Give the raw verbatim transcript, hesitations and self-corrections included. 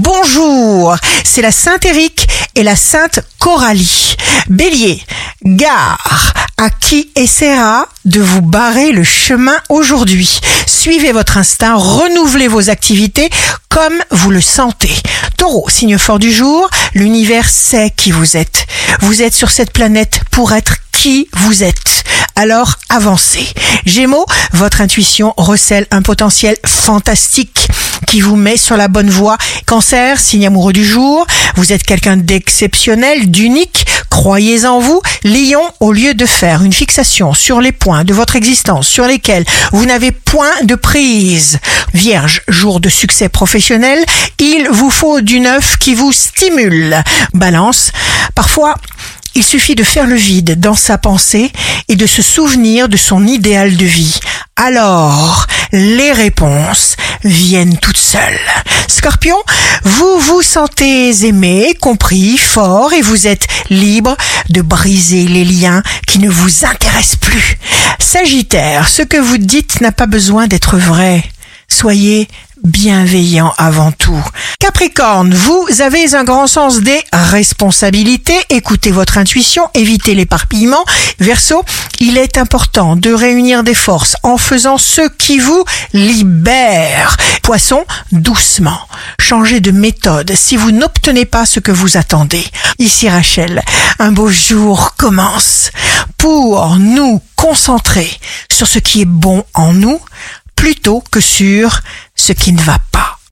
bonjour, c'est la Sainte Éric et la Sainte Coralie. Bélier, gare à qui essaiera de vous barrer le chemin aujourd'hui. Suivez votre instinct, renouvelez vos activités comme vous le sentez. Taureau, signe fort du jour, l'univers sait qui vous êtes. Vous êtes sur cette planète pour être qui vous êtes. Alors avancez. Gémeaux, votre intuition recèle un potentiel fantastique qui vous met sur la bonne voie. Cancer, signe amoureux du jour, vous êtes quelqu'un d'exceptionnel, d'unique, croyez en vous. Lion, au lieu de faire une fixation sur les points de votre existence sur lesquels vous n'avez point de prise. Vierge, jour de succès professionnel, il vous faut du neuf qui vous stimule. Balance, parfois il suffit de faire le vide dans sa pensée et de se souvenir de son idéal de vie. Alors, les réponses viennent toutes seules. Scorpion, vous vous sentez aimé, compris, fort et vous êtes libre de briser les liens qui ne vous intéressent plus. Sagittaire, ce que vous dites n'a pas besoin d'être vrai. Soyez bienveillant avant tout. Capricorne, vous avez un grand sens des responsabilités, écoutez votre intuition, évitez l'éparpillement. Verseau, il est important de réunir des forces en faisant ce qui vous libère. Poisson, doucement, changez de méthode si vous n'obtenez pas ce que vous attendez. Ici Rachel, un beau jour commence pour nous concentrer sur ce qui est bon en nous, plutôt que sur ce qui ne va pas.